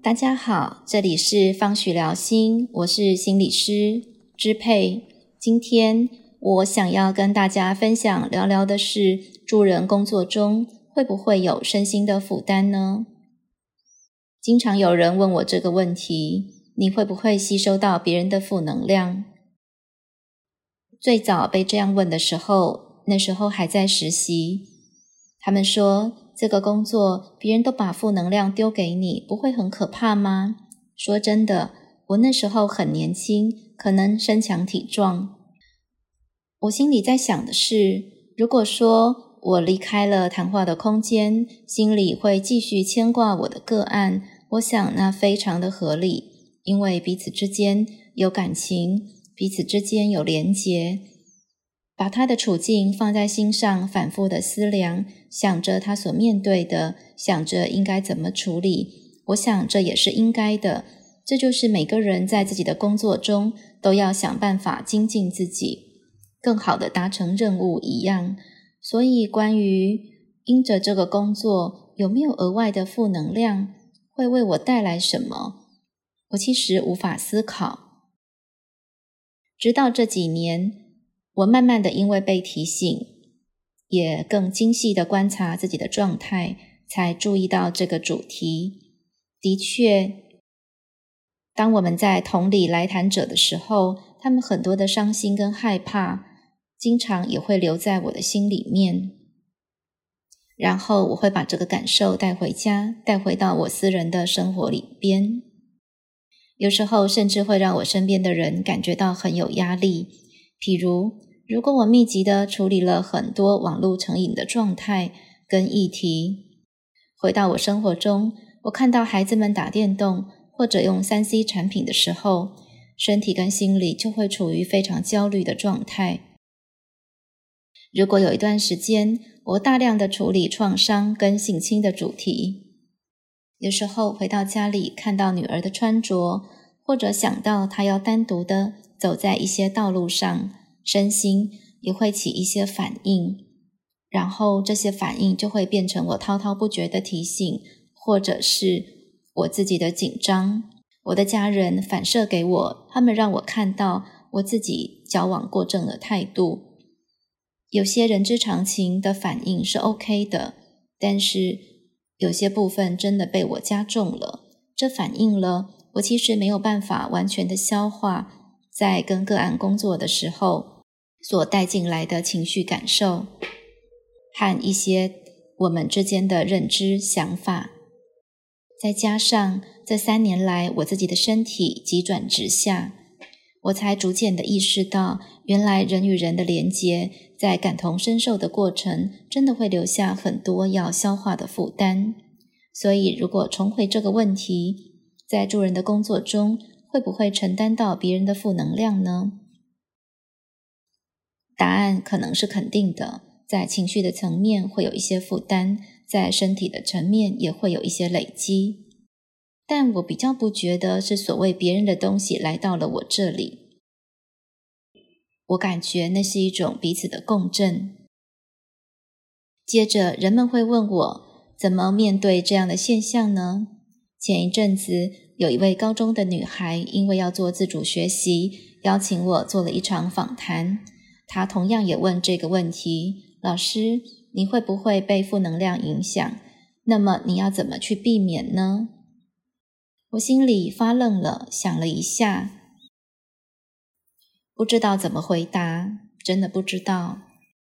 大家好，这里是芳许聊心，我是心理师支配。今天我想要跟大家分享聊聊的是，助人工作中会不会有身心的负担呢？经常有人问我这个问题，你会不会吸收到别人的负能量？最早被这样问的时候，那时候还在实习，他们说这个工作别人都把负能量丢给你，不会很可怕吗？说真的，我那时候很年轻，可能身强体壮。我心里在想的是，如果说我离开了谈话的空间，心里会继续牵挂我的个案，我想那非常的合理，因为彼此之间有感情，彼此之间有连结，把他的处境放在心上，反复的思量，想着他所面对的，想着应该怎么处理，我想这也是应该的。这就是每个人在自己的工作中都要想办法精进自己，更好的达成任务一样。所以关于因着这个工作有没有额外的负能量，会为我带来什么，我其实无法思考。直到这几年，我慢慢的因为被提醒，也更精细的观察自己的状态，才注意到这个主题。的确，当我们在同理来谈者的时候，他们很多的伤心跟害怕，经常也会留在我的心里面。然后我会把这个感受带回家，带回到我私人的生活里边。有时候甚至会让我身边的人感觉到很有压力。譬如，如果我密集的处理了很多网络成瘾的状态跟议题，回到我生活中，我看到孩子们打电动或者用 3C 产品的时候，身体跟心理就会处于非常焦虑的状态。如果有一段时间，我大量的处理创伤跟性侵的主题，有时候回到家里看到女儿的穿着，或者想到她要单独的走在一些道路上，身心也会起一些反应，然后这些反应就会变成我滔滔不绝的提醒，或者是我自己的紧张。我的家人反射给我，他们让我看到我自己矫枉过正的态度。有些人之常情的反应是 OK 的，但是有些部分真的被我加重了，这反映了我其实没有办法完全的消化在跟个案工作的时候所带进来的情绪感受和一些我们之间的认知想法。再加上这3年来我自己的身体急转直下，我才逐渐的意识到，原来人与人的连结在感同身受的过程真的会留下很多要消化的负担。所以如果重回这个问题，在助人的工作中会不会承担到别人的负能量呢？答案可能是肯定的，在情绪的层面会有一些负担，在身体的层面也会有一些累积。但我比较不觉得是所谓别人的东西来到了我这里，我感觉那是一种彼此的共振。接着人们会问我，怎么面对这样的现象呢？前一阵子有一位高中的女孩，因为要做自主学习，邀请我做了一场访谈。她同样也问这个问题，老师，你会不会被负能量影响？那么你要怎么去避免呢？我心里发愣了，想了一下，不知道怎么回答，真的不知道。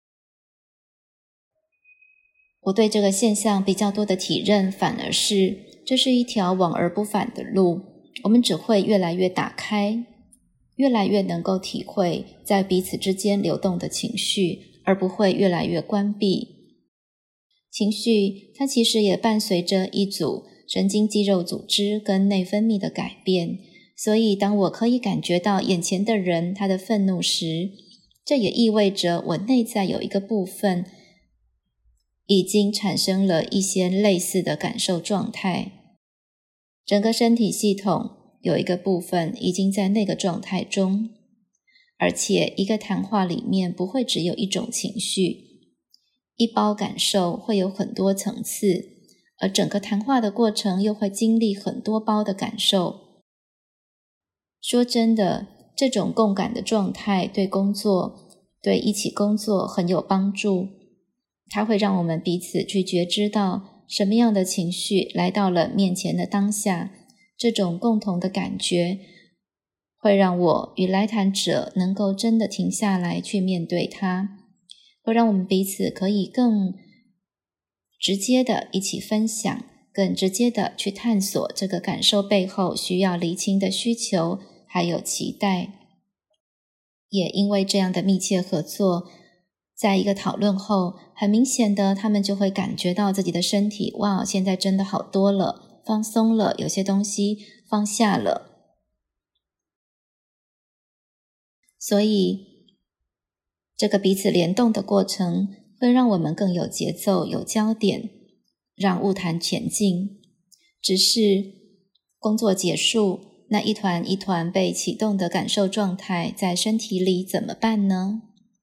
我对这个现象比较多的体认，反而是这是一条往而不返的路，我们只会越来越打开，越来越能够体会在彼此之间流动的情绪，而不会越来越关闭。情绪它其实也伴随着一组神经肌肉组织跟内分泌的改变，所以当我可以感觉到眼前的人他的愤怒时，这也意味着我内在有一个部分已经产生了一些类似的感受状态，整个身体系统有一个部分已经在那个状态中，而且一个谈话里面不会只有一种情绪，一包感受会有很多层次， 而整个谈话的过程又会经历很多包的感受。说真的，这种共感的状态对一起工作很有帮助。它会让我们彼此去觉知到什么样的情绪来到了面前的当下，这种共同的感觉会让我与来谈者能够真的停下来去面对它，会让我们彼此可以更直接的一起分享，更直接的去探索这个感受背后需要厘清的需求还有期待。也因为这样的密切合作，在一个讨论后，很明显的他们就会感觉到自己的身体，哇，现在真的好多了，放松了，有些东西放下了。所以这个彼此联动的过程会让我们更有节奏，有焦点，让晤谈前进。只是工作结束，那一团一团被启动的感受状态在身体里怎么办呢？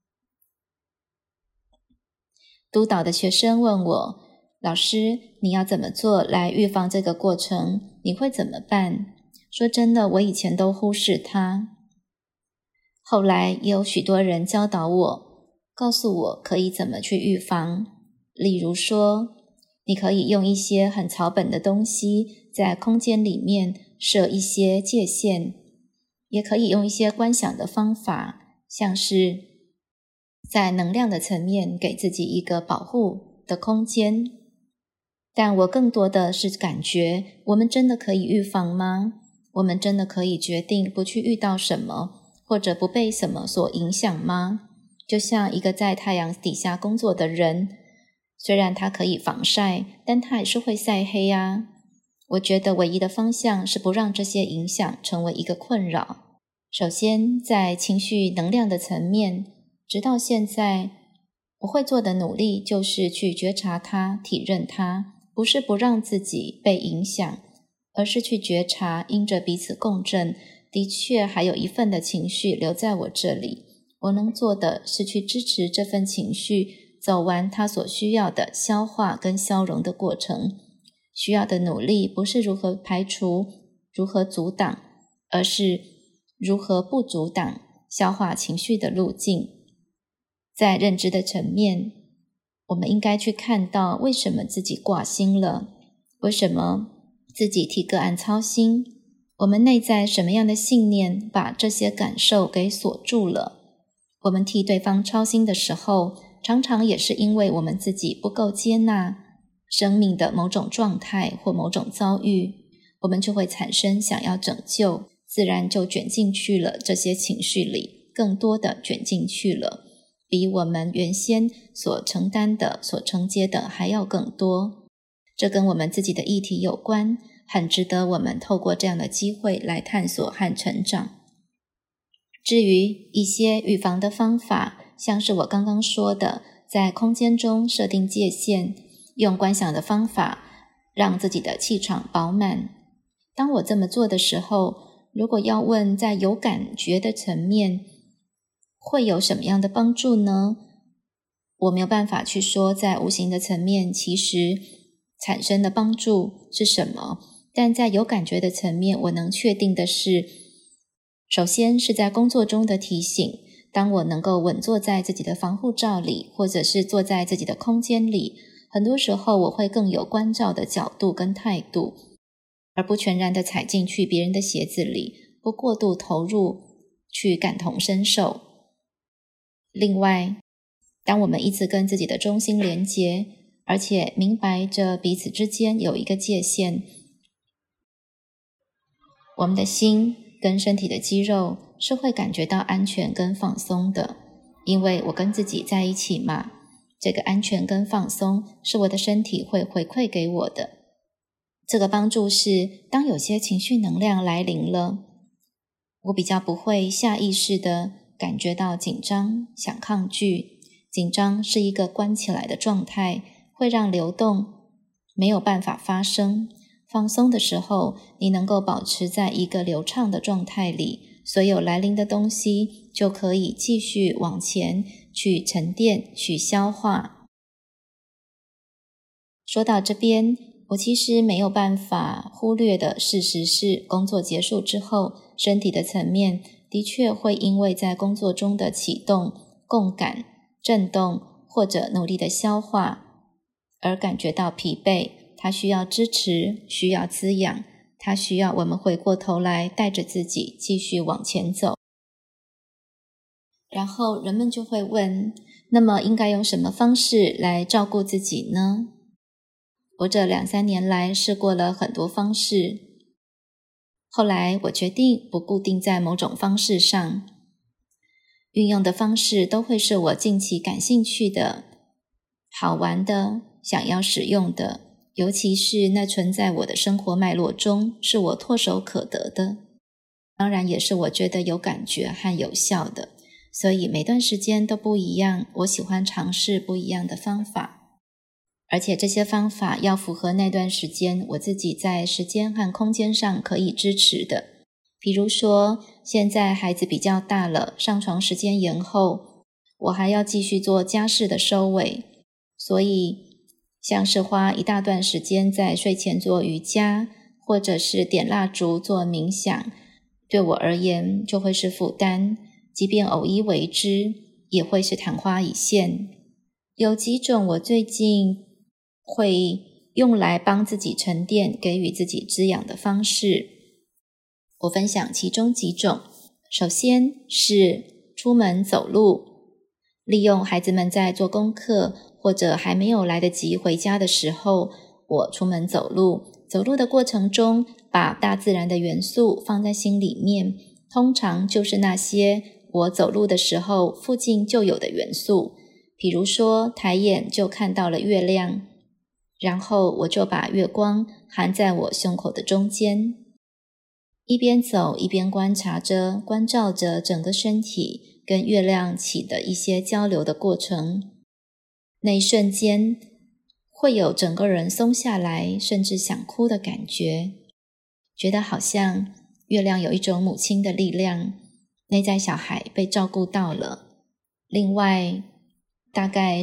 督导的学生问我，老师，你要怎么做来预防这个过程？你会怎么办？说真的，我以前都忽视它。后来也有许多人教导我，告诉我可以怎么去预防。例如说，你可以用一些很草本的东西，在空间里面设一些界限，也可以用一些观想的方法，像是在能量的层面给自己一个保护的空间。但我更多的是感觉，我们真的可以预防吗？我们真的可以决定不去遇到什么，或者不被什么所影响吗？就像一个在太阳底下工作的人，虽然他可以防晒，但他还是会晒黑啊。我觉得唯一的方向是不让这些影响成为一个困扰。首先，在情绪能量的层面，直到现在，我会做的努力就是去觉察它，体认它，不是不让自己被影响，而是去觉察因着彼此共振，的确还有一份的情绪留在我这里。我能做的是去支持这份情绪走完它所需要的消化跟消融的过程。需要的努力不是如何排除，如何阻挡，而是如何不阻挡消化情绪的路径。在认知的层面，我们应该去看到为什么自己挂心了，为什么自己替个案操心，我们内在什么样的信念把这些感受给锁住了。我们替对方操心的时候，常常也是因为我们自己不够接纳生命的某种状态或某种遭遇，我们就会产生想要拯救，自然就卷进去了这些情绪里，更多的卷进去了，比我们原先所承担的、所承接的还要更多。这跟我们自己的议题有关，很值得我们透过这样的机会来探索和成长。至于一些预防的方法，像是我刚刚说的，在空间中设定界限，用观想的方法让自己的气场饱满。当我这么做的时候，如果要问在有感觉的层面会有什么样的帮助呢？我没有办法去说在无形的层面其实产生的帮助是什么，但在有感觉的层面，我能确定的是，首先是在工作中的提醒，当我能够稳坐在自己的防护罩里，或者是坐在自己的空间里，很多时候我会更有关照的角度跟态度，而不全然的踩进去别人的鞋子里，不过度投入去感同身受。另外，当我们一直跟自己的中心连结，而且明白着彼此之间有一个界限，我们的心跟身体的肌肉是会感觉到安全跟放松的，因为我跟自己在一起嘛，这个安全跟放松是我的身体会回馈给我的。这个帮助是，当有些情绪能量来临了，我比较不会下意识的感觉到紧张，想抗拒。紧张是一个关起来的状态，会让流动没有办法发生。放松的时候，你能够保持在一个流畅的状态里，所有来临的东西就可以继续往前去沉淀、去消化。说到这边， 我其实没有办法忽略的事实是，工作结束之后，身体的层面的确会因为在工作中的启动、共感、震动或者努力的消化而感觉到疲惫，它需要支持，需要滋养，它需要我们回过头来带着自己继续往前走。然后人们就会问，那么应该用什么方式来照顾自己呢？我这2-3年来试过了很多方式，后来我决定不固定在某种方式上，运用的方式都会是我近期感兴趣的、好玩的、想要使用的，尤其是那存在我的生活脉络中，是我唾手可得的，当然也是我觉得有感觉和有效的，所以每段时间都不一样，我喜欢尝试不一样的方法，而且这些方法要符合那段时间我自己在时间和空间上可以支持的。比如说，现在孩子比较大了，上床时间延后，我还要继续做家事的收尾，所以像是花一大段时间在睡前做瑜伽，或者是点蜡烛做冥想，对我而言就会是负担，即便偶一为之，也会是昙花一现。有几种我最近会用来帮自己沉淀、给予自己滋养的方式，我分享其中几种。首先是出门走路，利用孩子们在做功课或者还没有来得及回家的时候，我出门走路，走路的过程中把大自然的元素放在心里面，通常就是那些我走路的时候附近就有的元素，比如说抬眼就看到了月亮，然后我就把月光含在我胸口的中间，一边走一边观察着、关照着整个身体跟月亮起的一些交流的过程。那一瞬间会有整个人松下来，甚至想哭的感觉，觉得好像月亮有一种母亲的力量，内在小孩被照顾到了。另外大概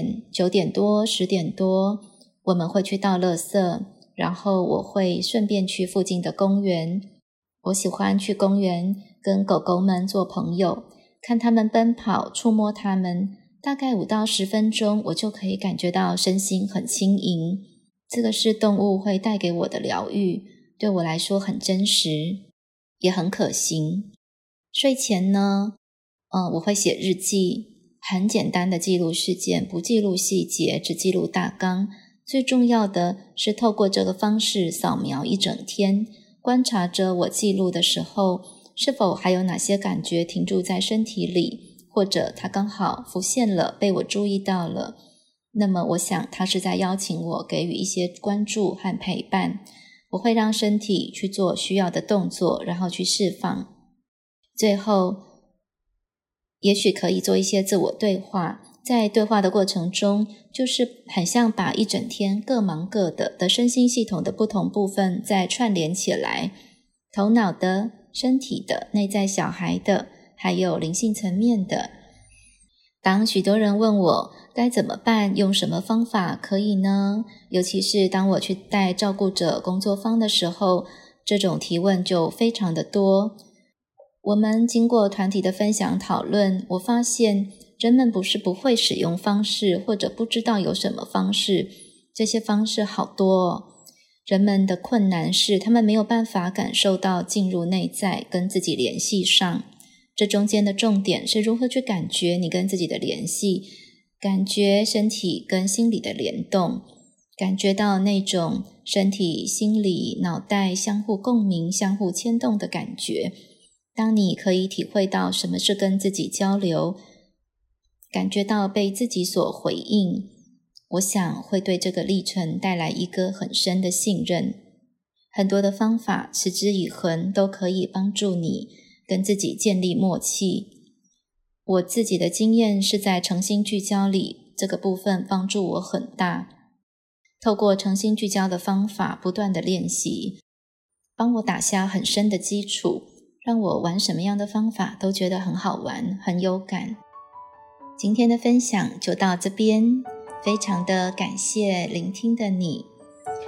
9点多10点多我们会去倒垃圾，然后我会顺便去附近的公园。我喜欢去公园跟狗狗们做朋友，看它们奔跑，触摸它们，大概5到10分钟，我就可以感觉到身心很轻盈。这个是动物会带给我的疗愈，对我来说很真实，也很可行。睡前呢，我会写日记，很简单的记录事件，不记录细节，只记录大纲。最重要的是透过这个方式扫描一整天，观察着我记录的时候，是否还有哪些感觉停驻在身体里，或者它刚好浮现了，被我注意到了。那么我想它是在邀请我给予一些关注和陪伴。我会让身体去做需要的动作，然后去释放。最后也许可以做一些自我对话，在对话的过程中，就是很像把一整天各忙各的身心系统的不同部分再串联起来，头脑的、身体的、内在小孩的，还有灵性层面的。当许多人问我该怎么办，用什么方法可以呢？尤其是当我去带照顾者工作坊的时候，这种提问就非常的多。我们经过团体的分享讨论，我发现人们不是不会使用方式，或者不知道有什么方式，这些方式好多哦。人们的困难是他们没有办法感受到进入内在跟自己联系上，这中间的重点是如何去感觉你跟自己的联系，感觉身体跟心理的联动，感觉到那种身体、心理、脑袋相互共鸣、相互牵动的感觉。当你可以体会到什么是跟自己交流，感觉到被自己所回应，我想会对这个历程带来一个很深的信任。很多的方法持之以恒都可以帮助你跟自己建立默契。我自己的经验是在诚心聚焦里，这个部分帮助我很大。透过诚心聚焦的方法不断的练习，帮我打下很深的基础，让我玩什么样的方法都觉得很好玩，很有感。今天的分享就到这边，非常的感谢聆听的你。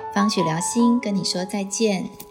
芳许聊心跟你说再见。